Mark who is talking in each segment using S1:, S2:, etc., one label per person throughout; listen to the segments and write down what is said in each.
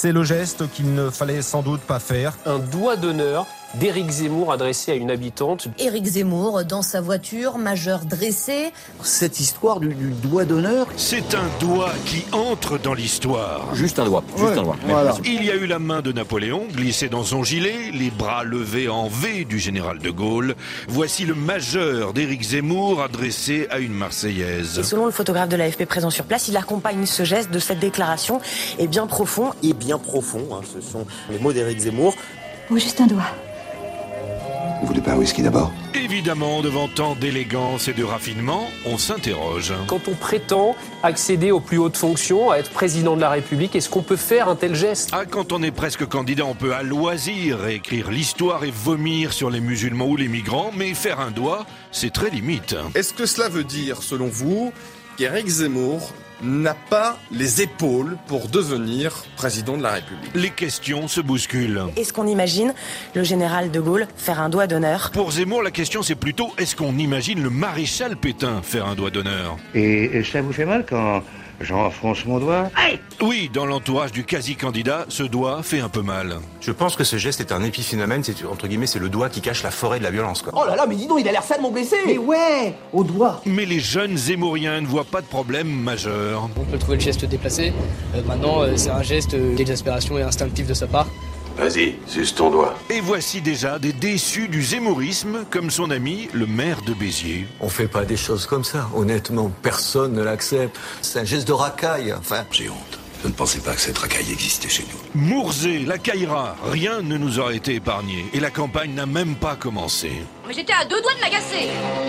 S1: C'est le geste qu'il ne fallait sans doute pas faire.
S2: Un doigt d'honneur d'Éric Zemmour adressé à une habitante.
S3: Éric Zemmour, dans sa voiture, majeur dressé.
S4: Cette histoire du doigt d'honneur...
S5: C'est un doigt qui entre dans l'histoire.
S4: Juste un doigt, juste un doigt.
S5: Voilà. Il y a eu la main de Napoléon glissée dans son gilet, les bras levés en V du général de Gaulle. Voici le majeur d'Éric Zemmour adressé à une Marseillaise.
S6: Et selon le photographe de l'AFP présent sur place, il accompagne ce geste de cette déclaration est bien profond.
S2: Et bien profond, ce sont les mots d'Éric Zemmour.
S7: Ou juste un doigt.
S8: Vous voulez pas un whisky d'abord ?
S5: Évidemment, devant tant d'élégance et de raffinement, on s'interroge.
S2: Quand on prétend accéder aux plus hautes fonctions, à être président de la République, est-ce qu'on peut faire un tel geste ?
S5: Quand on est presque candidat, on peut à loisir écrire l'histoire et vomir sur les musulmans ou les migrants, mais faire un doigt, c'est très limite.
S9: Est-ce que cela veut dire, selon vous, qu'Éric Zemmour n'a pas les épaules pour devenir président de la République?
S5: Les questions se bousculent.
S6: Est-ce qu'on imagine le général de Gaulle faire un doigt d'honneur ?
S5: Pour Zemmour, la question c'est plutôt est-ce qu'on imagine le maréchal Pétain faire un doigt d'honneur ?
S10: Et ça vous fait mal quand j'enfonce mon doigt ?
S5: Oui, dans l'entourage du quasi-candidat, ce doigt fait un peu mal.
S11: Je pense que ce geste est un épiphénomène, c'est entre guillemets, c'est le doigt qui cache la forêt de la violence, quoi.
S4: Oh là là, mais dis donc, il a l'air salement blessé. Mais ouais, au doigt.
S5: Mais les jeunes Zemmouriens ne voient pas de problème majeur.
S12: On peut trouver le geste déplacé. Maintenant, c'est un geste d'exaspération et instinctif de sa part.
S8: Vas-y, suce ton doigt.
S5: Et voici déjà des déçus du zemmourisme, comme son ami, le maire de Béziers.
S13: On fait pas des choses comme ça, honnêtement, personne ne l'accepte. C'est un geste de racaille, enfin.
S8: J'ai honte. Je ne pensais pas que cette racaille existait chez nous.
S5: Mourzé, la Caïra, rien ne nous aurait été épargné. Et la campagne n'a même pas commencé.
S14: Mais j'étais à 2 doigts de m'agacer.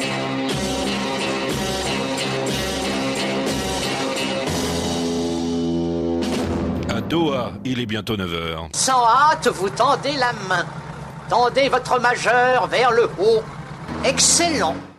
S5: À Doha, il est bientôt 9h.
S15: Sans hâte, vous tendez la main. Tendez votre majeur vers le haut. Excellent.